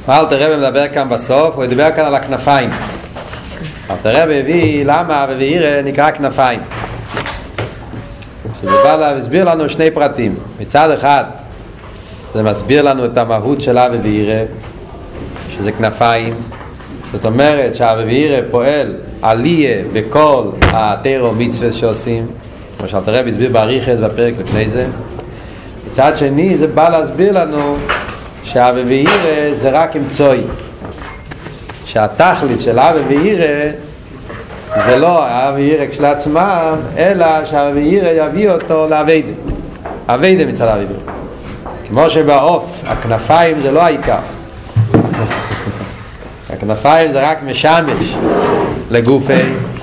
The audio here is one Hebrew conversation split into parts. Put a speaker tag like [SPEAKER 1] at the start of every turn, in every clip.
[SPEAKER 1] אלתר רבי מדבר כאן בסוף, הוא ידבר כאן על הכנפיים. אלתר רבי הביא למה וירא נקרא כנפיים. שזה בא להסביר לנו שני פרטים. מצד אחד זה מסביר לנו את המהות של אבי וירא, שזה כנפיים. זאת אומרת שאבי וירא פועל עלייה בכל התורה ומצוות שעושים, כמו שאלתר רבי הסביר באריכות בפרק לפני זה. מצד שני זה בא להסביר לנו שאבי וירא זה רק אמצעי, שהתכלית של אבי וירא זה לא אבי וירא כשלעצמם, אלא שאבי וירא יביא אותו לעבודה, עבודה מצד אבי וירא. כמו שבעוף הכנפיים זה לא העיקר, הכנפיים זה רק משמש לגופי,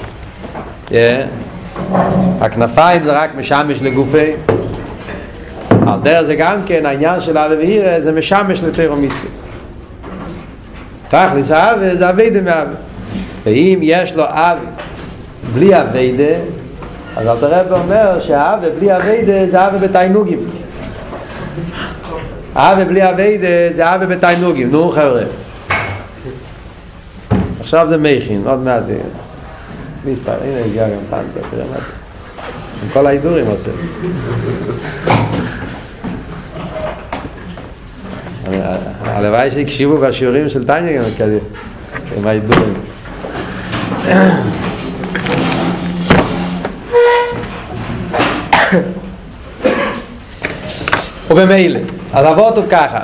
[SPEAKER 1] הכנפיים זה רק משמש לגופי. על דרך זה גם כן העניין של אבי וירא זה משמש לתורה ומצוות. תכלית האבי זה עבודה מאבי, ואם יש לו אבי בלי עבודה, אז אלתר רבי אומר שהאבי בלי עבודה זה אבי בתענוגים. אבי בלי עבודה זה אבי בתענוגים. נו חבר'ה, עכשיו זה מכין, עוד מעט מספר, הנה הגיע גם פעם, תראה מה זה עם כל ההידורים עושה. הלוואי שהקשיבו בשיעורים של טניה גם כזה עם ההידורים. ובמילא אז אבות הוא ככה,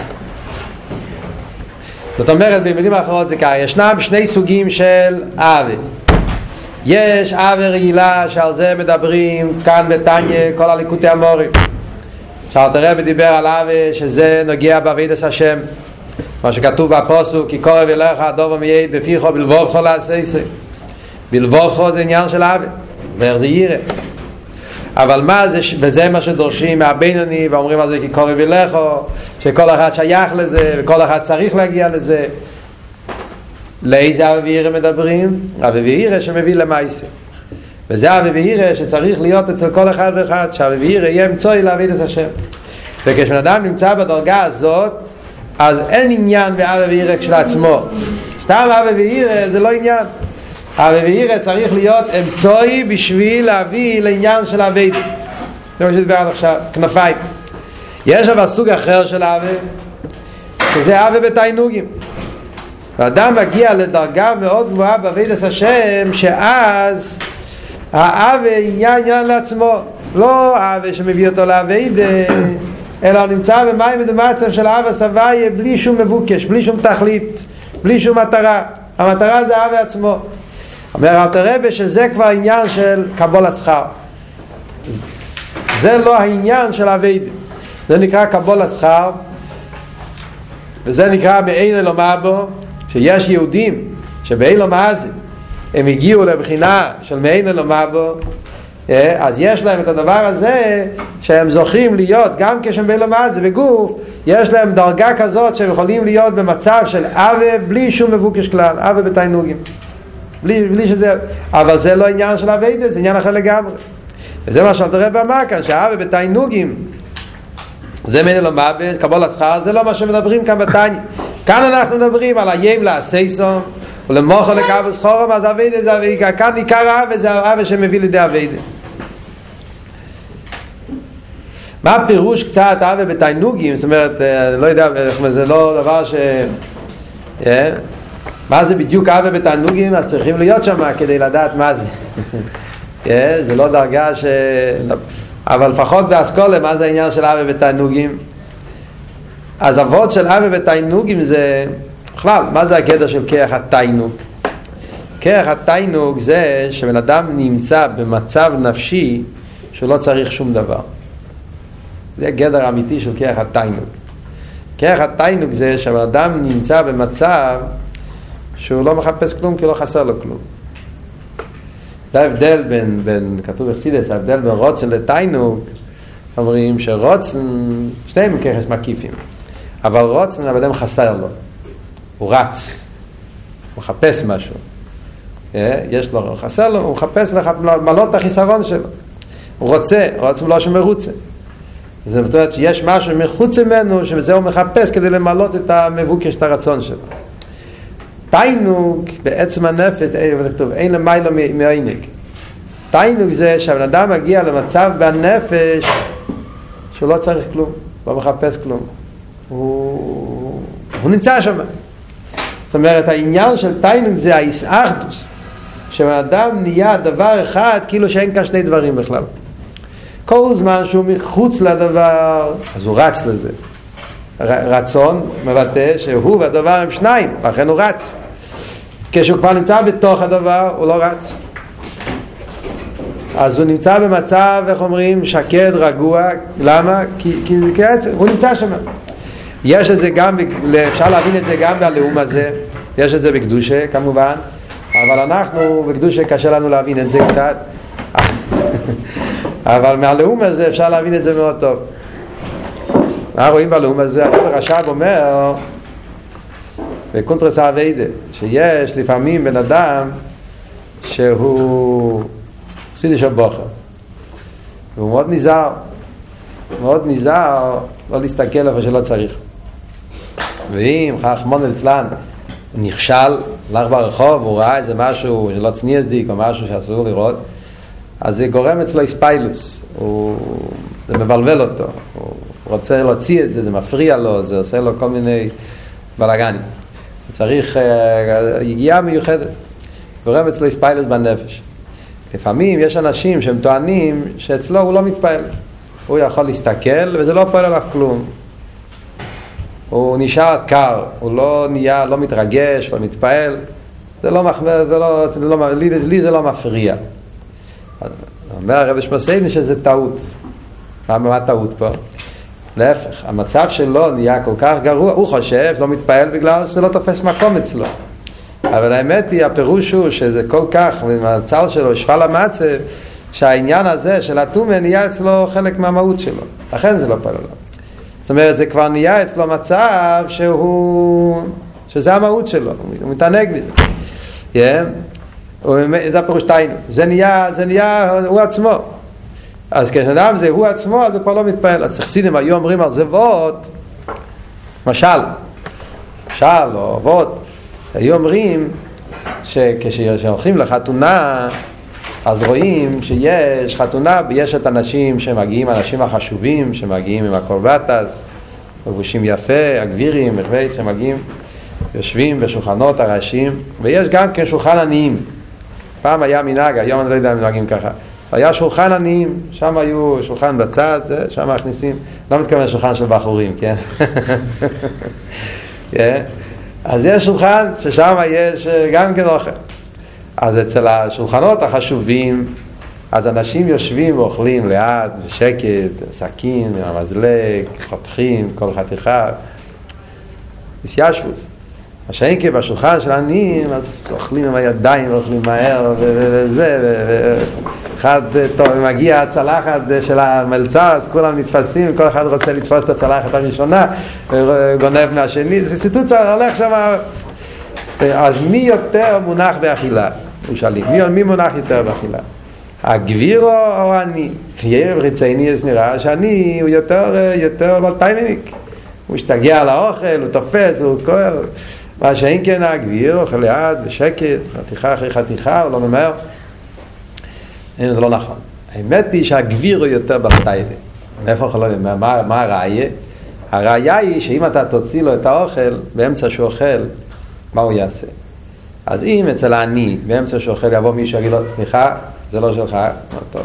[SPEAKER 1] זאת אומרת במילים האחרות זה ככה, ישנם שני סוגים של אבי. יש אבי רגילה שעל זה מדברים כאן בטניה כל הליקוטי המורים, שאלתר רבי דיבר על אבי שזה נוגע בעבודת השם, מה שכתוב בפסוק כי קרב אליך הדבר מייד בפיך בלבבך לעשה. בלבבך זה עניין של אבי, ואיך זה ירא. אבל מה זה, וזה מה שדורשים מהבינוני ואומרים על זה כי קרב אליך, שכל אחד שייך לזה וכל אחד צריך להגיע לזה. לאיזה אבי וירא מדברים? אבי וירא שמביא למעשה, וזה אבי וירא שצריך להיות אצל כל אחד ואחד, שאבי וירא יהיה אמצעי לעבודת השם. וכשבן אדם נמצא בדרגה הזאת, אז אין עניין באבי וירא כשלעצמו. סתם אבי וירא זה לא עניין. אבי וירא צריך להיות אמצעי בשביל להביא לעניין של עבודה. זה מה שדבר עד עכשיו, כנפיים. יש אבל סוג אחר של אבי, שזה אבי בתענוגים. ואדם מגיע לדרגה מאוד גבוהה בעבודת השם, שאז האבי יהיה עניין לעצמו, לא האבי שמביא אותו לעבודה, אלא נמצא במים ודמצב של האבי הסבייה בלי שום מבוקש, בלי שום תכלית, בלי שום מטרה. המטרה זה האבי עצמו. אומר אלתר רבי שזה כבר עניין של קבול השכר, זה לא העניין של עבודה, זה נקרא קבול השכר, וזה נקרא באין אלומה בו. שיש יהודים שבאילו מעזי הם הגיעו לבחינה של מאין אלומה בו, אז יש להם את הדבר הזה שהם זוכים להיות גם כשהם באילו מעזי בגוף, יש להם דרגה כזאת שהם יכולים להיות במצב של אבי בלי שום מבוקש כלל, אבי בתענוגים, בלי שזה, אבל זה לא עניין של עבודה, זה עניין אחר לגמרי. וזה מה שאלתר רבי אמר כאן, שהאבי בתענוגים זה מאין אלומה בו, קבול השכר, זה לא מה שמדברים כאן בתניא. כאן אנחנו מדברים על הים לעשייסום ולמוחו לקבל סחורם, אז עבודה זה עבודה. כאן עיקר העבודה זה העבודה שמביא לידי עבודה. מה הפירוש קצת עבודה בתענוגים? זאת אומרת, לא יודע, זה לא דבר ש... מה זה בדיוק עבודה בתענוגים? אז צריכים להיות שם כדי לדעת מה זה. זה לא דרגה ש... אבל לפחות באסכולה, מה זה העניין של עבודה בתענוגים? אז אבות של אבי בתענוגים זה בכלל, מה זה הגדר של כרך התענוג? כרך התענוג זה שבן אדם נמצא במצב נפשי שהוא לא צריך שום דבר. זה הגדר האמיתי של כרך התענוג. כרך התענוג זה שבן אדם נמצא במצב שהוא לא מחפש כלום כי לא חסר לו כלום. זה ההבדל בין כתוב בחסידות, ההבדל בין רוצן לתענוג. אומרים שרוצן שניהם ככס מקיפים, אבל רוצן אבל הם חסר לו, הוא רץ, הוא מחפש משהו, יש לו, חסר לו, הוא מחפש מלות החיסרון שלו, הוא רוצה לא שמרוצה. זאת אומרת שיש משהו מחוץ ממנו שזה הוא מחפש כדי למלות את המבוקש, את הרצון שלו. תיינוג בעצם הנפש, אין למיילו מעונג. תיינוג זה שהבן אדם מגיע למצב בנפש שהוא לא צריך כלום, לא מחפש כלום. הוא נמצא שם. זאת אומרת, העניין של תיינוג זה האיסאחדוס, שבן אדם נהיה דבר אחד כאילו שאין כאן שני דברים בכלל. כל זמן שהוא מחוץ לדבר, אז הוא רץ לזה. רצון מבטא שהוא והדבר הם שניים, לכן הוא רץ. כשהוא כבר נמצא בתוך הדבר, הוא לא רץ. אז הוא נמצא במצב, איך אומרים, שקט, רגוע. למה? כי הוא נמצא שם. יש את זה גם, אפשר להבין את זה גם בלאום הזה. יש את זה בקדושה, כמובן. אבל אנחנו, בקדושה קשה לנו להבין את זה קצת. אבל מהלאום הזה אפשר להבין את זה מאוד טוב. מה רואים בלאום הזה? הרש"ב אומר בקונטרס האביידה שיש לפעמים בן אדם שהוא חסיד של בוחר, והוא מאוד נזהר לא להסתכל איפה שלא צריך. ואם חכמון אצלן נכשל, הלך ברחוב, הוא ראה איזה משהו שלא צניעזיק או משהו שאסור לראות, אז זה גורם אצלו איספיילוס, זה מבלבל אותו, הוא רוצה להוציא את זה, זה מפריע לו, זה עושה לו כל מיני בלגנים. צריך יגיעה מיוחדת, גורם אצלו איספיילוס בנפש. לפעמים יש אנשים שהם טוענים שאצלו הוא לא מתפעל, הוא יכול להסתכל וזה לא פועל עליו כלום, הוא נשאר קר, הוא לא נהיה, לא מתרגש, לא מתפעל, לי זה לא מפריע. אומר הרב שמסייני שזה טעות. מה טעות פה? להפך, המצב שלו נהיה כל כך גרוע, הוא חושב, לא מתפעל בגלל שזה לא תופס מקום אצלו. אבל האמת היא, הפירוש הוא שזה כל כך, המצב שלו שפל המצב, שהעניין הזה של התומה נהיה אצלו חלק מהמהות שלו. לכן זה לא פעל עליו. זאת אומרת, זה כבר נהיה אצלו מצב שזה המהות שלו, הוא מתענג מזה. זה הפירוש תיינוג. זה נהיה הוא עצמו. אז כשאדם זה הוא עצמו, אז הוא כבר לא מתפעל. אז חסידים היו אומרים על זה ווד, משל או ווד, היו אומרים שכשהולכים לחתונה, אז רואים שיש חתונה, ויש את אנשים שמגיעים, אנשים החשובים שמגיעים עם הקורבטס, לבושים יפה, הגבירים, שמגיעים, יושבים בשולחנות הראשים, ויש גם כן שולחן עניים. פעם היה מנהג, היום אני לא יודע אם נוהגים ככה, היה שולחן עניים, שם היו שולחן בצד, שם מכניסים, לא מתכוון לשולחן של בחורים, כן? אז יש שולחן ששם יש גם כן אוכל. אז אצל השולחנות החשובים, אז אנשים יושבים ואוכלים לאט, בשקט, סכין, עם המזלג, חותכים, כל חתיכה, ישבוס. מה שאין כי בשולחן של עניים, אז אוכלים עם הידיים, אוכלים מהר, וזה, אחד טוב, מגיע הצלחת של המלצר, כולם נתפסים, כל אחד רוצה לתפוס את הצלחת הראשונה, וגונב מהשני, זה סיטוציה, הולך שם. אז מי יותר מונח באכילה? הוא שואלים, מי מונח יותר באכילה? הגביר או אני? ירב חיצייני נראה שאני הוא יותר בלטיימניק, הוא משתגע על האוכל, הוא תופס, הוא כואר. מה שאין כן הגביר אוכל לאט בשקט, חתיכה אחרי חתיכה, הוא לא ממהר. זה לא נכון. האמת היא שהגביר הוא יותר בלטיימניק. איפה אוכל? מה הראיה? הראיה היא שאם אתה תוציא לו את האוכל באמצע שהוא אוכל, מה הוא יעשה? אז אם אצל העני באמצע שהוא אוכל יבוא מישהו יגיד לו, סליחה, זה לא שלך, טוב,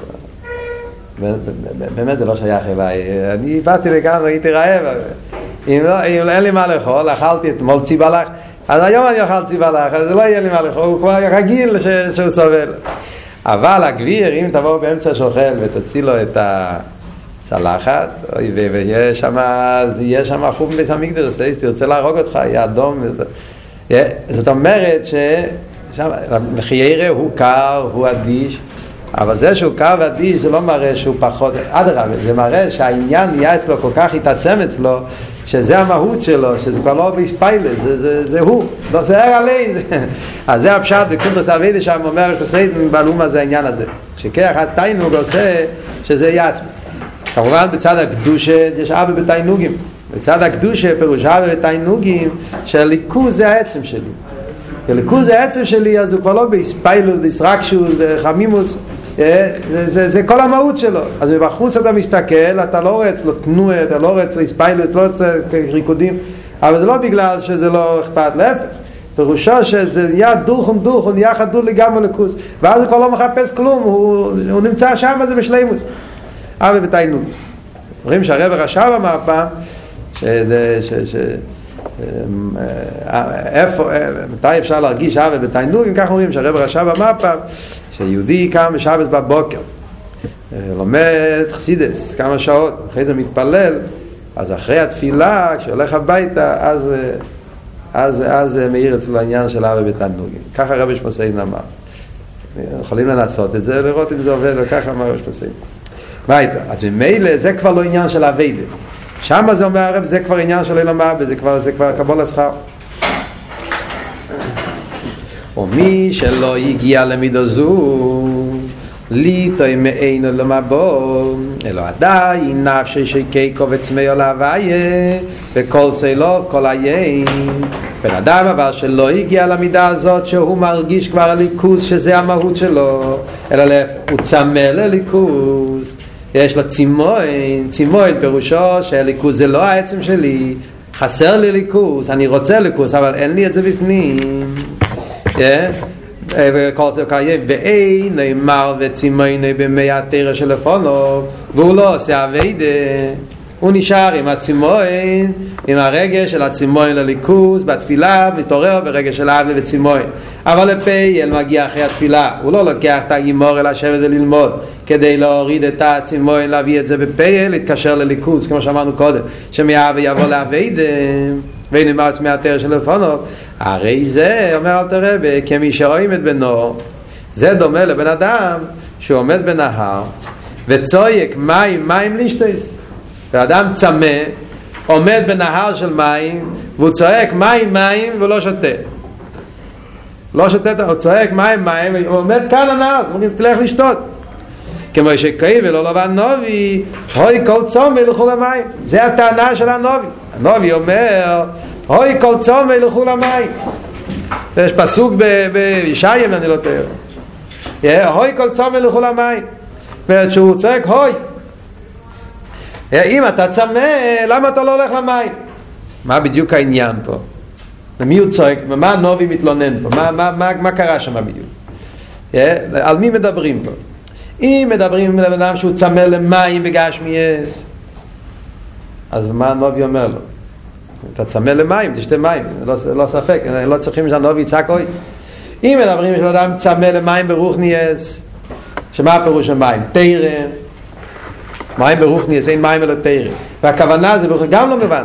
[SPEAKER 1] באמת זה לא שייך אליי, אני באתי לכאן, הייתי רעב, אם אין לי מה לאכול, אכלתי אתמול ציבלח, אז היום אני אוכל ציבלח, אז לא יהיה לי מה לאכול, הוא כבר רגיל שהוא סובל. אבל הגביר, אם תבוא באמצע שאוכל ותוציא לו את הצלחת, ויהיה שם חום בית המקדש, תרצה להרוג אותך, יהיה אדום. זאת אומרת לחיירה הוא קר, הוא אדיש, אבל זה שהוא קר ואדיש זה לא מראה שהוא פחות, אדרבה, זה מראה שהעניין נהיה אצלו כל כך התעצם אצלו, שזה המהות שלו, שזה כבר לא בספיילס, זה הוא, לא זה עלי. אז זה הפשט בקונטרס האביידה שם אומר שפסיידן בלום הזה העניין הזה, שכך התיינוג עושה שזה יהיה עצמי. כמובן בצד הקדושה יש אבא בתיינוגים. בצד הקדושה פירוש אבא בתיינוגים שהליכוז זה העצם שלי. הליכוז זה העצם שלי, אז הוא כבר לא בהספיילות, בהסרקשות, בחמימוס, זה כל המהות שלו. אז מבחוץ אתה מסתכל, אתה לא רואה אצלו תנועה, אתה לא רואה אצלו הספיילות, לא רואה ריקודים, אבל זה לא בגלל שזה לא אכפת, להפך. פירושו שזה נהיה דורחון, הוא נהיה חדור לגמרי ליכוז, ואז הוא כבר לא מחפש כלום, הוא נמצא שם, זה בשלימוס. אבא בתיינוג. אומרים שהרב רש"ב אמר פעם, מתי אפשר להרגיש אבא בתיינוג? אם כך אומרים שהרב רש"ב אמר פעם, שיהודי קם בשבת בבוקר, לומד חסידס כמה שעות, אחרי זה מתפלל, אז אחרי התפילה, כשהולך הביתה, אז מאיר אצלו העניין של אבא בתיינוגים. ככה הרב שמסיין אמר. יכולים לנסות את זה, לראות אם זה עובד, וככה אמר הרב שמסיין. מה הייתה? אז ממילא זה כבר לא עניין של אביידה. שם זה אומר הרב, זה כבר עניין של אילם אבא, זה כבר קבול השכר. ומי שלא הגיע למידו זו, ליטוי מאינו למבוא, אלו עדיין נפשי שיקי קובץ מאו להוויה, וכל סילוב, כל היין. בן אדם אבל שלא הגיע למידה הזאת, שהוא מרגיש כבר הליכוז, שזה המהות שלו, אלא הוא צמא לליכוז. יש לו צימוין פירושו שהליכוז זה לא העצם שלי, חסר לי ליכוז, אני רוצה ליכוז, אבל אין לי את זה בפנים. וכל זה קיים, ואין נאמר וצימוין במי התרא של לפונו, והוא לא עושה עבודה, הוא נשאר עם הצימוין, עם הרגש של הצימוין לליכוז, בתפילה מתעורר ברגש של אהבה וצימוין. אבל לפייל מגיע אחרי התפילה, הוא לא לוקח את הגימור אל לשבת וללמוד, כדי להוריד את הצימוין, להביא את זה בפייל, להתקשר לליכוז, כמו שאמרנו קודם, שמאהבה יבוא לעבודה, ונאמר עצמי התרא של לפונו. הרי זה, אומר אל תראה, כמי שעומד בנו, זה דומה לבן אדם שהוא עומד בנהר, וצועק מים לשתות. ואדם צמא עומד בנהר של מים והוא צועק מים והוא לא שותה, הוא צועק מים הוא עומד כאן הנהר, הוא תלך לשתות, כמו שקראי ולא לבן נובי הוי כל צומא ילכו למים. זה הטענה של הנובי אומר הוי כל צומא ילכו למים. יש פסוק בישעיה, אני לא טועה, הוי כל צומא ילכו למים, אומרת שהוא צועק הוי, אם אתה צמא, למה אתה לא הולך למים? מה בדיוק העניין פה? למי הוא צועק? מה הנובי מתלונן פה? מה קרה שם בדיוק? על מי מדברים פה? אם מדברים על אדם שהוא צמא למים וגשמיאס, אז מה הנובי אומר לו? אתה צמא למים, תשתה מים, לא ספק, לא צריכים שהנובי יצעק אוי. אם מדברים על אדם צמא למים ברוחניאס, שמה הפירוש של מים? תירא, מים ברוחניאס, אין מים אלא תירא, והכוונה זה גם לא מובן.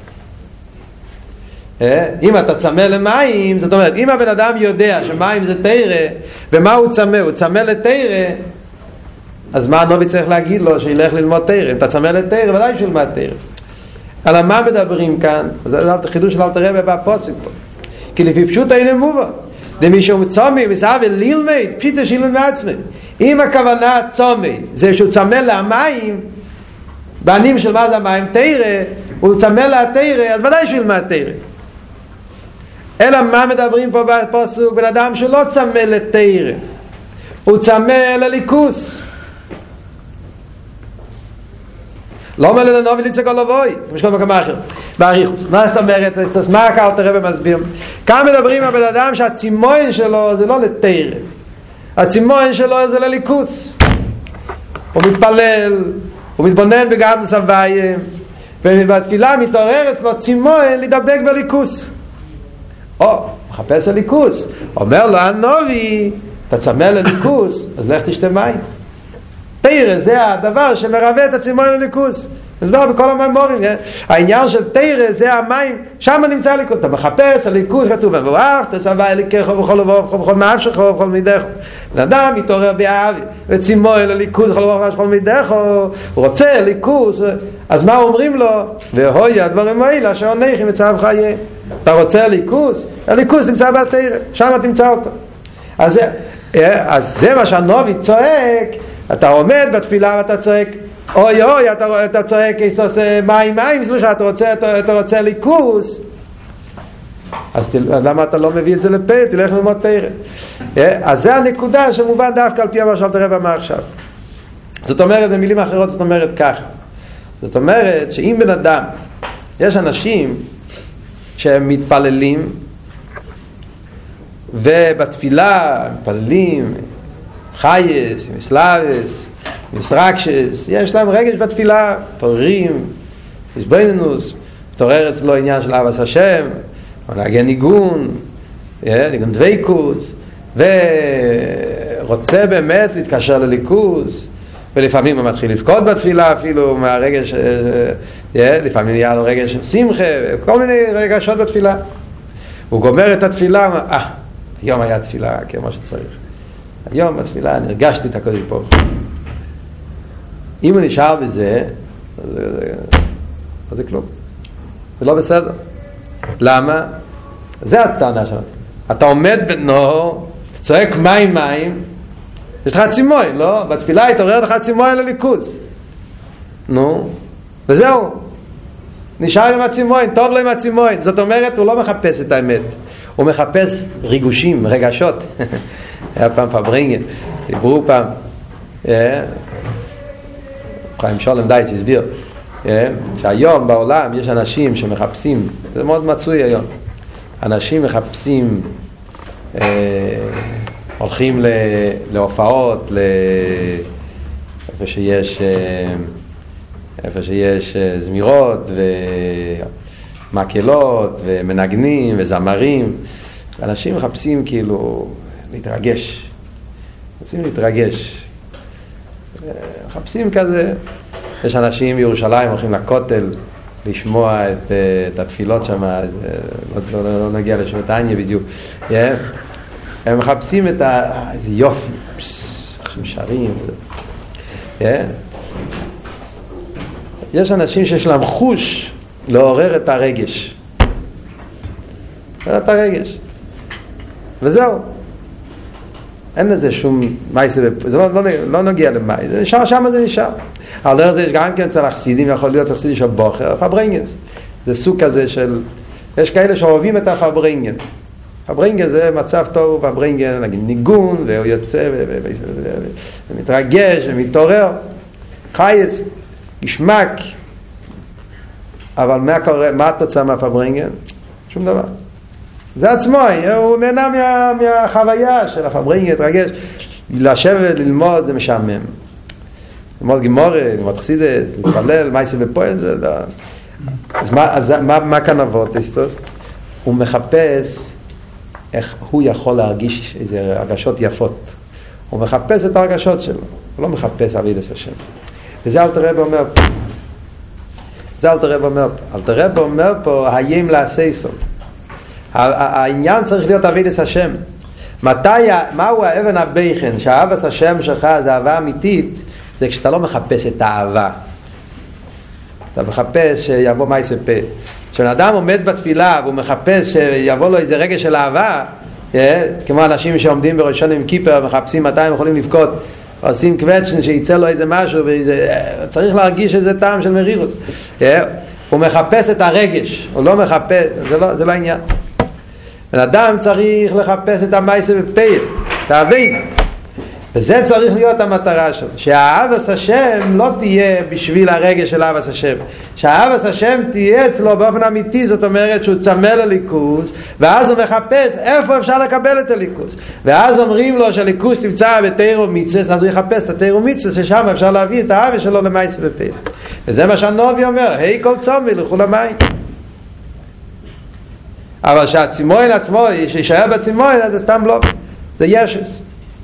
[SPEAKER 1] אם אתה צמא למים, זאת אומרת, אם הבן אדם יודע שמים זה תירא, ומה הוא צמא? הוא צמא לתירא, אז מה הנובי צריך להגיד לו? שילך ללמוד תירא. אם אתה צמא לתירא, ודאי שילמד תירא. על מה מדברים כאן? זה חידוש של אל תראה בפוסק פה, כי לפי פשוט אין מובן למי שהוא צומא וסעב ללמד פשיטה שילמד מעצמי. אם הכוונה צומא זה שהוא צמא למים, בנים של מה זה המים? תירא. הוא צמא לתירא, אז ודאי שילמד תירא. אלא מה מדברים פה בפסוק? בן אדם שלא צמא לתירא, הוא צמא לליכוס. לא אומר לנובי ליצק או לבוי, כמו שכל מקום אחר, בעריכוס. מה זאת אומרת? מה הקהל תראה ומסביר? כאן מדברים על בן אדם שהצימוין שלו זה לא לתירא, הצימוין שלו זה לליכוס. הוא מתפלל, הוא מתבונן בגדלוס הוויה, ובתפילה מתעורר אצלו צימוין לדבק בליכוס. מחפש הליכוס. אומר לו הנובי, אתה צמא לליכוס, אז לך תשתה מים. תירא זה הדבר שמרווה את הצימוין לליכוס. מסבר בכל המאמרים, העניין של תירא זה המים, שם נמצא ליכוס. אתה מחפש הליכוס, כתוב ואהבת את הוויה אלוקיך בכל לבבך ובכל נפשך ובכל מידך. אדם מתעורר באהבה וצימוין לליכוס בכל לבבך ובכל מידך, הוא רוצה ליכוס. אז מה אומרים לו? והוי הדברים האלה אשר עונך מצווך יהיה. אתה רוצה ליכוס? הליכוס נמצא בתירא, שם תמצא אותו. אז זה מה שהנובי צועק. אתה עומד בתפילה ואתה צועק אוי אוי, אתה צועק מים, סליחה, אתה רוצה ליכוס, אז למה אתה לא מביא את זה לפה? תלך ללמוד תורה. אז זה הנקודה שמובן דווקא על פי מה שאלתר רב אמר עכשיו. זאת אומרת, במילים אחרות, זאת אומרת ככה, זאת אומרת שאם בן אדם, יש אנשים שהם מתפללים ובתפילה מתפללים חייס, מסלאבס, מסרקשס, יש להם רגש בתפילה, תוררים, הסביננוס, תורר אצלו עניין של אהבת השם, נגן ניגון, ניגון דוויקוס, ורוצה באמת להתקשר לליכוז, ולפעמים הוא מתחיל לפקוד בתפילה אפילו מהרגש, לפעמים יהיה לו רגש של שמחה, כל מיני רגשות בתפילה. הוא גומר את התפילה, היום היה תפילה כמו שצריך. היום בתפילה אני הרגשתי את הקודש פה. אם הוא נשאר בזה, אז זה כלום. זה לא בסדר. למה? זה הטענה שלנו. אתה עומד בנור, אתה צועק מים, יש לך צימוי, לא? בתפילה התעורר לך צימוי לליכוז. נו, וזהו. נשאר עם הצימוי, טוב לו עם הצימוי. זאת אומרת, הוא לא מחפש את האמת. הוא מחפש ריגושים, רגשות. היה פעם פברינגן, דיברו פעם. חיים שולם דייץ' הסביר. שהיום בעולם יש אנשים שמחפשים, זה מאוד מצוי היום. אנשים מחפשים, הולכים להופעות, איפה שיש זמירות ומקהלות ומנגנים וזמרים. אנשים מחפשים כאילו להתרגש, רוצים להתרגש, מחפשים כזה. יש אנשים בירושלים הולכים לכותל לשמוע את התפילות שם, לא נגיע לשמתניה בדיוק. הם מחפשים את איזה יופי, עכשיו שרים. יש אנשים שיש להם חוש לעורר את הרגש. את הרגש. וזהו. אין לזה שום מייסה, זה לא נגיע למי, זה נשאר שם, זה נשאר. על דרך זה יש גם כן אצל החסידים, יכול להיות חסידי של בוחר, פברינגס. זה סוג כזה של, יש כאלה שאוהבים את הפברינגן. פברינגן זה מצב טוב, פברינגן, נגיד ניגון, והוא יוצא ומתרגש ומתעורר. חייס, גשמק. אבל מה התוצאה מהפברינגן? שום דבר. זה עצמו, הוא נהנה מהחוויה של הפברינגן, התרגש. לשבת, ללמוד, זה משעמם. ללמוד גימורה, ללמוד חסידת, להתפלל, מייסה ופועל, זה לא. אז מה כאן אבות, אסטוס? הוא מחפש איך הוא יכול להרגיש איזה הרגשות יפות. הוא מחפש את הרגשות שלו. הוא לא מחפש עבודת השם. וזה אלתר רב אומר פה. אלתר רב אומר פה, היים לעשייסו. העניין צריך להיות עבודת השם. מהו האבן הבכן? שהאהבת השם שלך זה אהבה אמיתית, זה כשאתה לא מחפש את האהבה. אתה מחפש שיבוא מייסה פה. כשאדם עומד בתפילה והוא מחפש שיבוא לו איזה רגע של אהבה, כמו אנשים שעומדים בראשון עם כיפר ומחפשים מתי הם יכולים לבכות, עושים קווצ'ן שיצא לו איזה משהו, צריך להרגיש איזה טעם של מרירות. הוא מחפש את הרגש, הוא לא מחפש, זה לא העניין. בן אדם צריך לחפש את המייסה בפייל, תאבין. וזה צריך להיות המטרה שלו. שהאהבת השם לא תהיה בשביל הרגש של אהבת השם. שהאהבת השם תהיה אצלו באופן אמיתי, זאת אומרת שהוא צמא לליכוז, ואז הוא מחפש איפה אפשר לקבל את הליכוז. ואז אומרים לו שהליכוז תמצא בתורה ומצוות, אז הוא יחפש את התורה ומצוות, ששם אפשר להביא את האהבה שלו למייסה בפייל. וזה מה שהנביא אומר, היי כל צומי לכו למים. אבל שהצימון עצמו שישאר בצימון, זה סתם לא, זה ישס.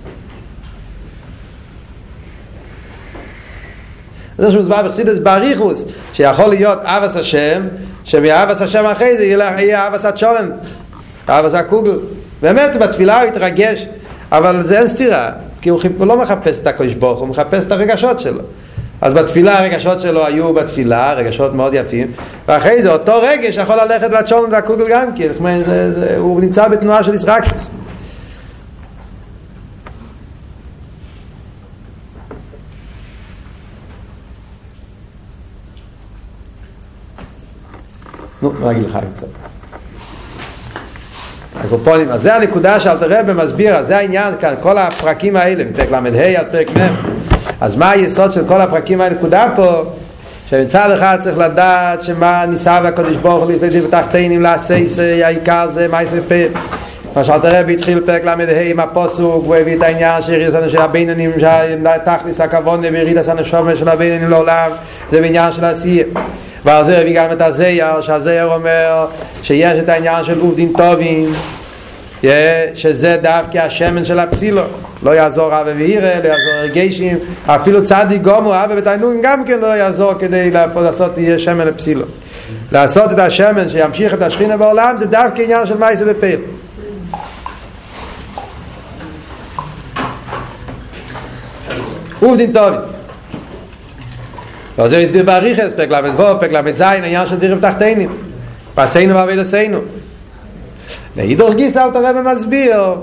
[SPEAKER 1] זה שמוסבר בחסידות באריכות, שיכול להיות אהבת השם, שמאהבת השם אחרי זה יהיה אהבת הצ'ולנט, אהבת הקוגל. באמת בתפילה הוא יתרגש, אבל זה אין סתירה, כי הוא לא מחפש את הקדוש ברוך הוא מחפש את הרגשות שלו. אז בתפילה הרגשות שלו היו בתפילה, רגשות מאוד יפים, ואחרי זה אותו רגש יכול ללכת לצ'ולנט והקוגל גם, כי הוא נמצא בתנועה של ישרקשוס. נגיד לך קצת. הקופונים, אז זה הנקודה שאלתר רבי מסביר, אז זה העניין כאן, כל הפרקים האלה, מפרק למ"ה עד פרק מ'. אז מה היסוד של כל הפרקים האלה? נקודה פה, שמצד אחד צריך לדעת שמה ניסה והקדוש ברוך הוא להסתכל בתחתינים לעשייס, העיקר זה מייסר פה. מה שאלתר רבי התחיל פרק למ"ה עם הפוסוק, הוא הביא את העניין שיריד של הבינונים, תכניס הכוונה ויריד הנשמה של הבינונים לעולם, זה בעניין של העשייה. ועל זה הביא גם את הזייר, שהזייר אומר שיש את העניין של עובדים טובים, שזה דווקא השמן של הפסילו, לא יעזור אבא וירא, לא יעזור הרגשים, אפילו צדיק גמור אבא בתענוגים גם כן לא יעזור כדי לעשות שמן לפסילו. לעשות את השמן שימשיך את השכינה בעולם זה דווקא עניין של מייסה בפעיל. עובדים טובים, וזה הסביר באריכות, פרק ל"ו, פרק ל"ז, העניין של דירב תחתינים, פסנו ועבודתנו. להידור גיסא אלתר רבי מסביר,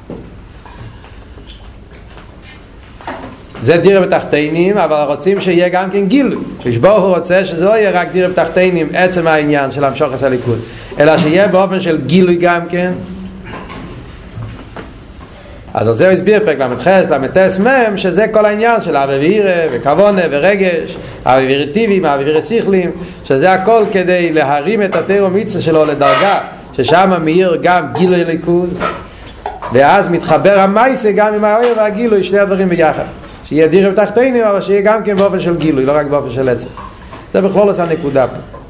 [SPEAKER 1] זה דירב תחתינים, אבל רוצים שיהיה גם כן גילוי. ברוך הוא רוצה שזה לא יהיה רק דירב תחתינים, עצם העניין של המשוך הליכוז, אלא שיהיה באופן של גילוי גם כן. אז על זה הוא הסביר פרק למ"ח, למ"ט מ', שזה כל העניין של אבא וירא וכוונה ורגש, אבא וירא טיבים, אבא וירא שכלים, שזה הכל כדי להרים את התורה ומצווה שלו לדרגה, ששם מאיר גם גילוי ליכוז, ואז מתחבר המייסה גם עם האור והגילוי, שני הדברים ביחד. שיהיה דירב תחתינים, אבל שיהיה גם כן באופן של גילוי, לא רק באופן של עצם. זה בכלול הנקודה פה.